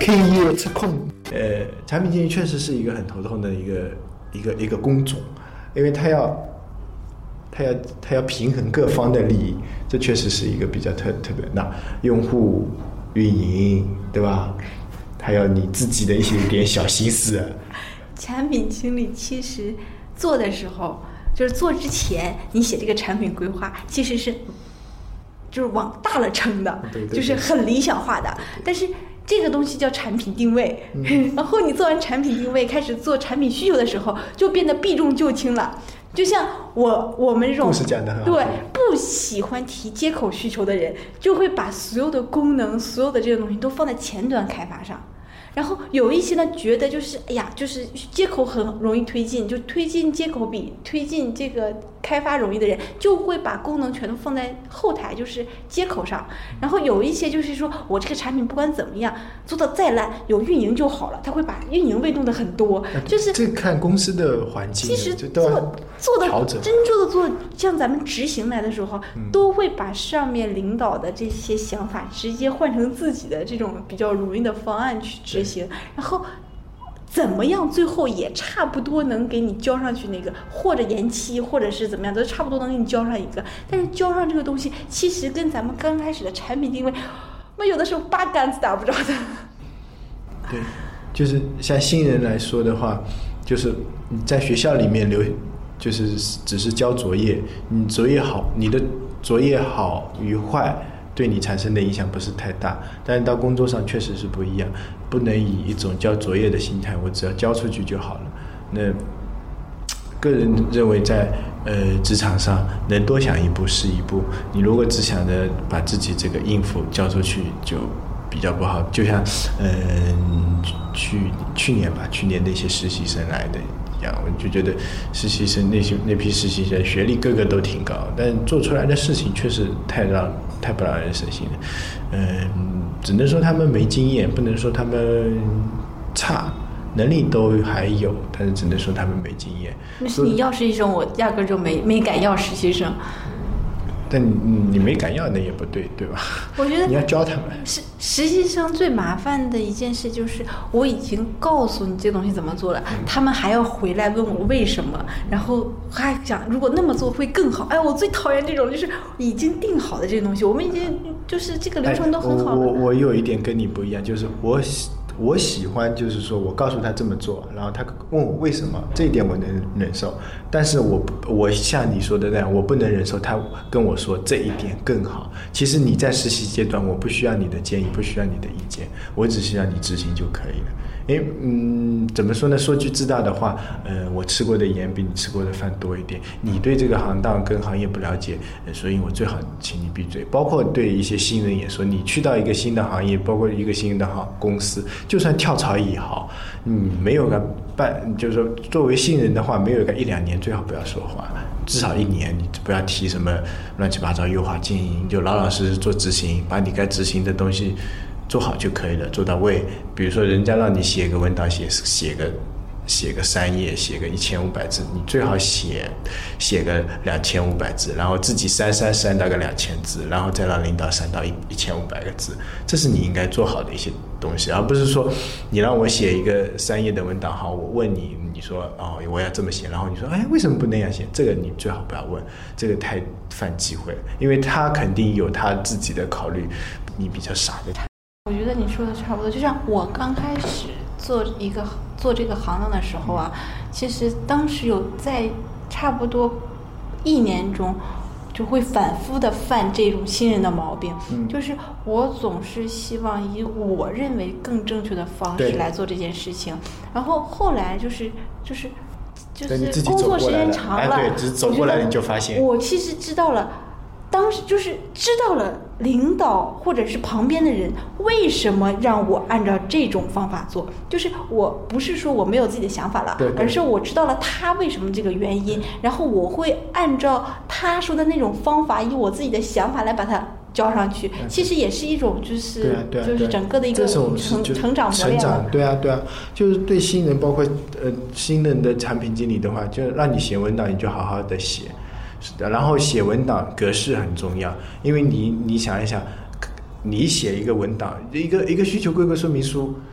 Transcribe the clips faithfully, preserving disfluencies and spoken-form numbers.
K 业测控。呃，产品经理确实是一个很头痛的一个一个一个工种，因为他要他要他要平衡各方的利益，这确实是一个比较特特别那用户运营，对吧？还有你自己的一些点小心思。 产品经理其实做的时候，就是做之前，你写这个产品规划，其实是就是往大了撑的， 对对对， 就是很理想化的。 对对对， 但是这个东西叫产品定位， 嗯、 然后你做完产品定位，开始做产品需求的时候，就变得避重就轻了。就像我我们这种故事讲得很好， 对不喜欢提接口需求的人，就会把所有的功能、所有的这个东西都放在前端开发上。然后有一些呢，觉得就是哎呀，就是接口很容易推进，就推进接口比推进这个开发容易的人，就会把功能全都放在后台，就是接口上。然后有一些就是说我这个产品不管怎么样做到再烂，有运营就好了，他会把运营位弄得很多，就是这看公司的环境， 其实做做的调整， 真正的做，像咱们执行来的时候， 嗯、 都会把上面领导的这些想法直接换成自己的这种比较容易的方案去执行，然后怎么样，最后也差不多能给你交上去那个，或者延期，或者是怎么样，都差不多能给你交上一个。但是交上这个东西，其实跟咱们刚开始的产品定位，我有的时候八竿子打不着的。 对，就是像新人来说的话，就是你在学校里面留，就是只是交作业，你作业好，你的作业好与坏对你产生的影响不是太大，但是到工作上确实是不一样，不能以一种交作业的心态，我只要交出去就好了。那个人认为在呃职场上能多想一步是一步，你如果只想着把自己这个应付交出去，就比较不好。就像嗯、呃、去去年吧，去年那些实习生来的一样，我就觉得实习生那些那批实习生学历个个都挺高，但做出来的事情确实太让太不让人省心了。嗯、呃，只能说他们没经验，不能说他们差。能力都还有，但是只能说他们没经验。 那是你要实习生，我压根就没没敢要实习生。 但你你没敢要，那也不对，对吧？ 我觉得你要教他们。 实实习生最麻烦的一件事就是，我已经告诉你这个东西怎么做了，嗯、他们还要回来问我为什么，然后还想如果那么做会更好。哎，我最讨厌这种就是已经定好的这个东西，我们已经就是这个流程都很好了。 哎、我我有一点跟你不一样，就是我。我喜欢就是说我告诉他这么做，然后他问我为什么，这一点我能忍受，但是我我像你说的那样，我不能忍受他跟我说这一点更好。其实你在实习阶段，我不需要你的建议，不需要你的意见，我只需要你执行就可以了。因为嗯，怎么说呢？说句自大的话，呃，我吃过的盐比你吃过的饭多一点。你对这个行当跟行业不了解，呃、所以我最好请你闭嘴。包括对一些新人也说，你去到一个新的行业，包括一个新的行公司，就算跳槽也好，你没有个半，就是说作为新人的话，没有个一两年，最好不要说话。至少一年，你不要提什么乱七八糟优化建议，你就老老实实做执行，把你该执行的东西做好就可以了，做到位。比如说人家让你写个文档，写写个写个三页，写个一千五百字，你最好写写个两千五百字，然后自己删删删到个两千字，然后再让领导删到一一千五百个字，这是你应该做好的一些东西，而不是说你让我写一个三页的文档，好，我问你，你说哦我要这么写，然后你说哎为什么不那样写？这个你最好不要问，这个太犯忌讳了，因为他肯定有他自己的考虑，你比较傻的。 我觉得你说的差不多，就像我刚开始做一个做这个行当的时候啊，其实当时有在差不多一年中就会反复的犯这种新人的毛病、嗯、就是我总是希望以我认为更正确的方式来做这件事情，然后后来就是就是就是工作时间长了， 哎、对，只是走过来你就发现我其实知道了，当时就是知道了领导或者是旁边的人为什么让我按照这种方法做，就是我不是说我没有自己的想法了， 对对， 而是我知道了他为什么这个原因，然后我会按照他说的那种方法，以我自己的想法来把它交上去，其实也是一种就是、 对啊对啊、 就是整个的一个成成长磨练。 成长，对啊对啊，就是对新人，包括呃新人的产品经理的话，就让你写文档，你就好好的写。是的，然后写文档格式很重要，因为你你想一想，你写一个文档，一个一个需求规格说明书，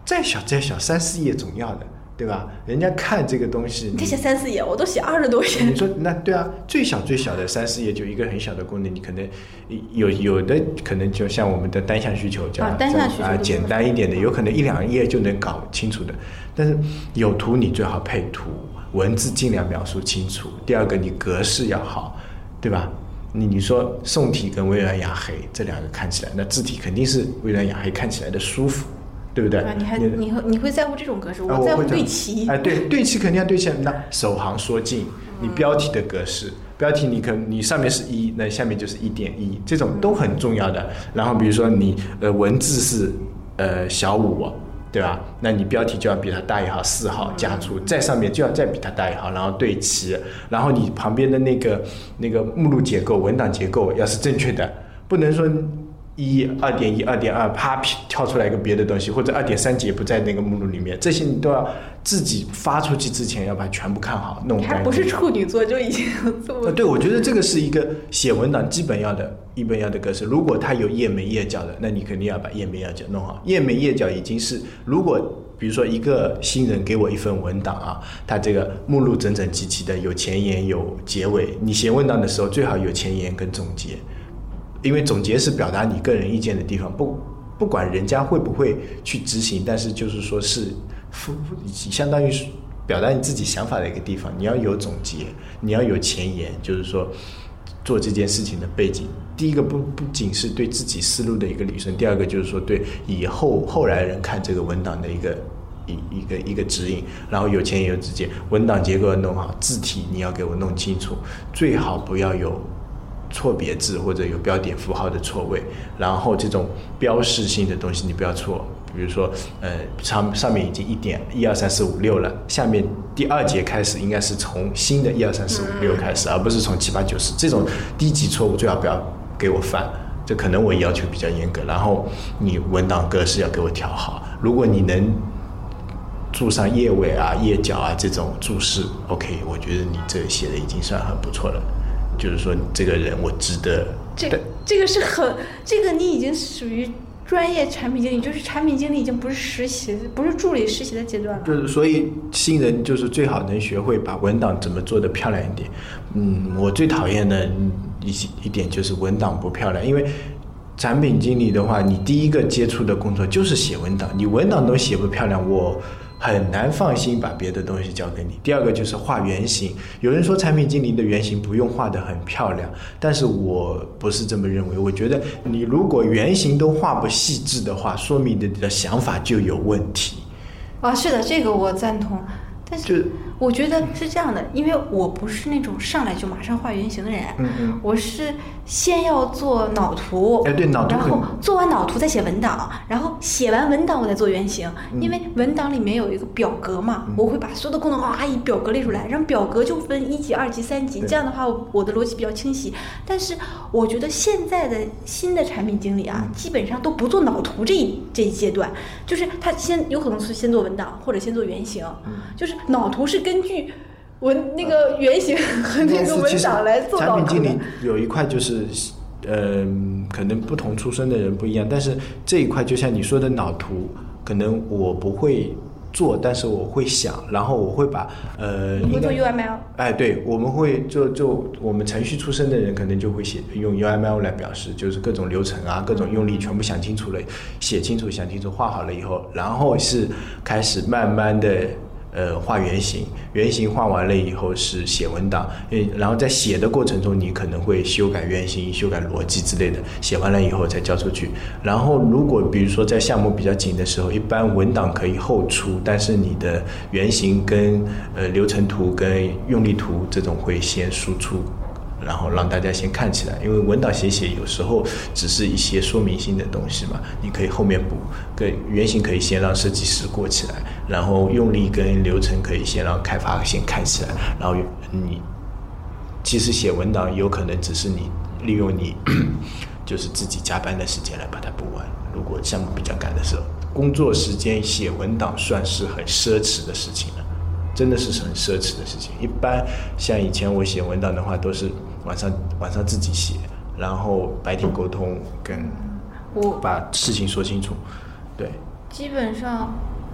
再小再小三四页总要的，对吧？人家看这个东西， 你写三四页，我都写二十多页。 你说那对啊，最小最小的三四页就一个很小的功能，你可能有有的可能就像我们的单项需求这样， 啊，单项需求啊，简单一点的，有可能一两页就能搞清楚的。但是有图你最好配图，文字尽量描述清楚。第二个，你格式要好，对吧？你你说宋体跟微软雅黑这两个看起来，那字体肯定是微软雅黑看起来的舒服。对不对？ 啊、你还你你会你会在乎这种格式？我在乎对齐。 哎、呃，对，对齐肯定要对齐。那首行说尽，你标题的格式，标题你可你上面是一，那下面就是一点一，这种都很重要的。然后比如说你呃文字是呃小五，对吧？那你标题就要比它大一号，四号加粗，在上面就要再比它大一号，然后对齐。然后你旁边的那个那个目录结构、文档结构要是正确的，不能说。一二点一二点二啪跳出来一个别的东西，或者二点三节不在那个目录里面，这些你都要自己发出去之前要把它全部看好弄干净。 还不是处女座就已经这么、 呃、对，我觉得这个是一个写文档基本要的一本要的格式。如果它有页眉页脚的，那你肯定要把页眉页脚弄好。页眉页脚已经是，如果比如说一个新人给我一份文档啊，它这个目录整整齐齐的，有前言有结尾，你写文档的时候最好有前言跟总结。因为总结是表达你个人意见的地方，不不管人家会不会去执行，但是就是说是相当于是表达你自己想法的一个地方。你要有总结，你要有前言，就是说做这件事情的背景。第一个不不仅是对自己思路的一个捋顺，第二个就是说对以后后来人看这个文档的一个一一个一个指引。然后有前言有直接，文档结构要弄好，字体你要给我弄清楚，最好不要有错别字或者有标点符号的错位，然后这种标示性的东西你不要错，比如说呃上上面已经一点一二三四五六了，下面第二节开始应该是从新的一二三四五六开始，而不是从七八九十，这种低级错误最好不要给我犯，这可能我要求比较严格。然后你文档格式要给我调好，如果你能注上页尾啊页脚啊这种注释 OK， 我觉得你这写的已经算很不错了，就是说这个人我值得。 这这个是很，这个你已经属于专业产品经理，就是产品经理已经不是实习，不是助理实习的阶段了。 就是所以新人就是最好能学会把文档怎么做得漂亮一点。嗯，我最讨厌的一一点就是文档不漂亮，因为产品经理的话，你第一个接触的工作就是写文档，你文档都写不漂亮，我很难放心把别的东西交给你。第二个就是画原型，有人说产品经理的原型不用画得很漂亮，但是我不是这么认为。我觉得你如果原型都画不细致的话，说明你的想法就有问题。 啊，是的，这个我赞同。但是我觉得是这样的，因为我不是那种上来就马上画原型的人， 嗯嗯， 我是先要做脑图， 哎，对，脑图， 然后做完脑图再写文档，然后写完文档我再做原型，嗯、因为文档里面有一个表格嘛，嗯、我会把所有的功能啊以表格列出来，让表格就分一级、二级、三级，这样的话我的逻辑比较清晰。但是我觉得现在的新的产品经理啊，嗯、基本上都不做脑图这一这一阶段，就是他先有可能是先做文档或者先做原型，嗯、就是。脑图是根据文那个原型和那个文档来做脑图的。 产品经理有一块就是，呃，可能不同出身的人不一样，但是这一块就像你说的脑图，可能我不会做，但是我会想，然后我会把呃， 你会做 U M L？ 哎，对，我们会就就我们程序出身的人可能就会写用 U M L 来表示，就是各种流程啊、各种用例全部想清楚了，写清楚、想清楚、画好了以后，然后是开始慢慢的。呃，画原型，原型画完了以后是写文档，然后在写的过程中，你可能会修改原型、修改逻辑之类的，写完了以后再交出去。然后，如果比如说在项目比较紧的时候，一般文档可以后出，但是你的原型跟呃流程图跟用例图这种会先输出。然后让大家先看起来，因为文档写写有时候只是一些说明性的东西嘛，你可以后面补。跟原型可以先让设计师过起来，然后用例跟流程可以先让开发先看起来，然后你其实写文档有可能只是你利用你就是自己加班的时间来把它补完。如果项目比较赶的时候，工作时间写文档算是很奢侈的事情了。真的是很奢侈的事情。一般像以前我写文档的话，都是晚上晚上自己写，然后白天沟通，跟我把事情说清楚。对， 基本上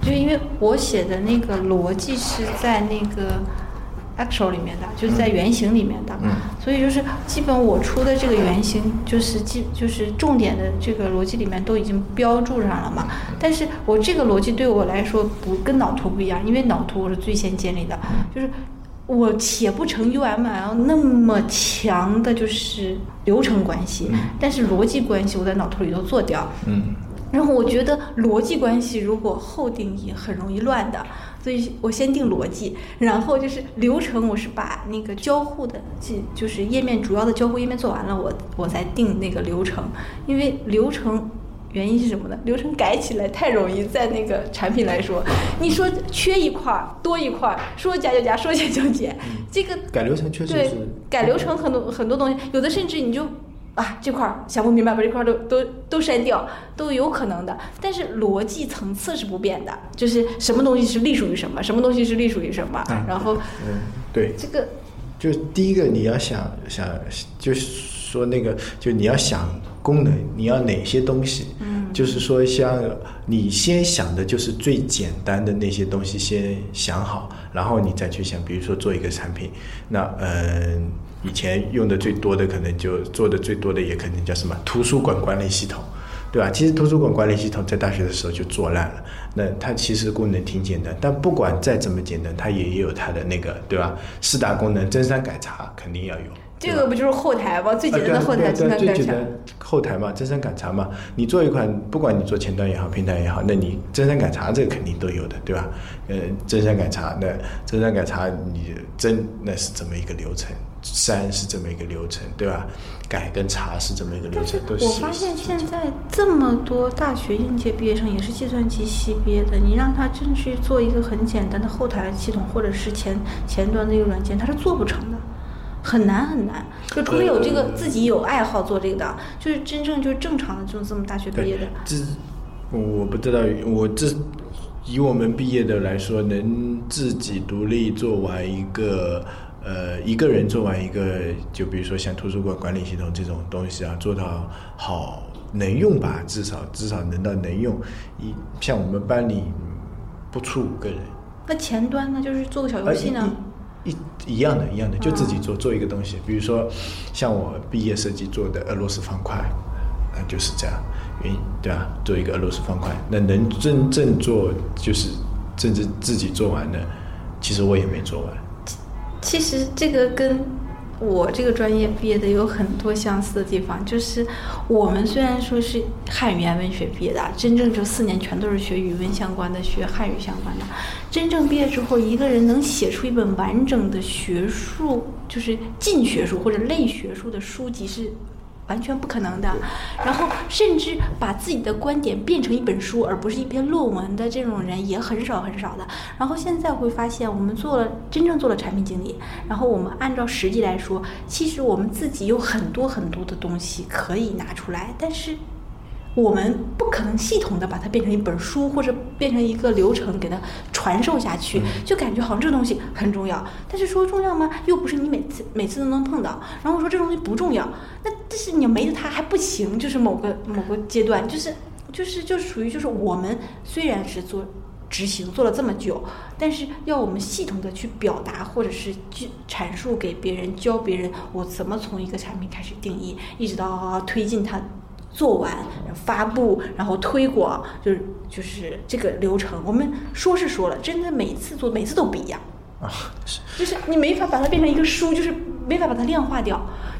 就因为我写的那个逻辑是在那个 Excel 里面的，就是在原型里面的， 嗯， 所以就是基本我出的这个原型就是基就是重点的这个逻辑里面都已经标注上了嘛。但是我这个逻辑对我来说不跟脑图不一样，因为脑图我是最先建立的，就是我写不成 U M L 那么强的就是流程关系， 嗯， 但是逻辑关系我在脑图里头做掉， 嗯。 然后我觉得逻辑关系如果后定义很容易乱的，所以我先定逻辑，然后就是流程，我是把那个交互的，就是页面主要的交互页面做完了，我我再定那个流程，因为流程原因是什么呢？流程改起来太容易，在那个产品来说，你说缺一块多一块，说加就加，说减就减，这个改流程确实是对改流程很多很多东西，有的甚至你就。啊，这块想不明白，把这块都都都删掉，都有可能的。但是逻辑层次是不变的，就是什么东西是隶属于什么，什么东西是隶属于什么。嗯、然后， 嗯，对， 这个就第一个你要想想，就是说那个，就你要想功能，你要哪些东西？嗯，就是说像你先想的就是最简单的那些东西先想好，然后你再去想，比如说做一个产品，那嗯。呃以前用的最多的可能就做的最多的也可能叫什么图书馆管理系统，对吧？其实图书馆管理系统在大学的时候就做烂了，那它其实功能挺简单，但不管再怎么简单，它也有它的那个，对吧？四大功能，增删改查肯定要有。 这个不就是后台吗？最简单的后台， 增删改查。最简单后台嘛，增删改查嘛。你做一款，不管你做前端也好，平台也好，那你增删改查这个肯定都有的，对吧？呃，增删改查，那增删改查你增那是这么一个流程。删是这么一个流程，对吧？改跟查是这么一个流程，都是。 我发现现在这么多大学应届毕业生也是计算机系毕业的，你让他真去做一个很简单的后台系统或者是前前端的一个软件，他是做不成的，很难很难。就除非有这个自己有爱好做这个的，呃、就是真正就是正常的这种这么大学毕业的。 这我不知道，我这以我们毕业的来说，能自己独立做完一个。呃，一个人做完一个，就比如说像图书馆管理系统这种东西啊，做到好能用吧，至少至少能到能用。一像我们班里不出五个人。 那前端呢，就是做个小游戏呢？ 一一一样的，一样的，就自己做、嗯、做一个东西。比如说像我毕业设计做的俄罗斯方块，那就是这样，原因对吧？做一个俄罗斯方块，那能真正做就是甚至自己做完的，其实我也没做完。 其实这个跟我这个专业毕业的有很多相似的地方，就是我们虽然说是汉语言文学毕业的，真正这四年全都是学语文相关的，学汉语相关的。真正毕业之后，一个人能写出一本完整的学术，就是近学术或者类学术的书籍是完全不可能的，然后甚至把自己的观点变成一本书而不是一篇论文的这种人也很少很少的。然后现在会发现，我们做了真正做了产品经理，然后我们按照实际来说，其实我们自己有很多很多的东西可以拿出来，但是我们不可能系统的把它变成一本书或者变成一个流程给它传授下去，就感觉好像这个东西很重要，但是说重要吗？又不是你每次每次都能碰到。然后说这东西不重要，那但是你没了它还不行，就是某个某个阶段，就是就是就属于就是我们虽然是做执行做了这么久，但是要我们系统的去表达或者是去阐述给别人，教别人我怎么从一个产品开始定义，一直到推进它。做完发布然后推广，就是就是这个流程我们说是说了，真的每次做每次都不一样啊，就是你没法把它变成一个书，就是没法把它量化掉。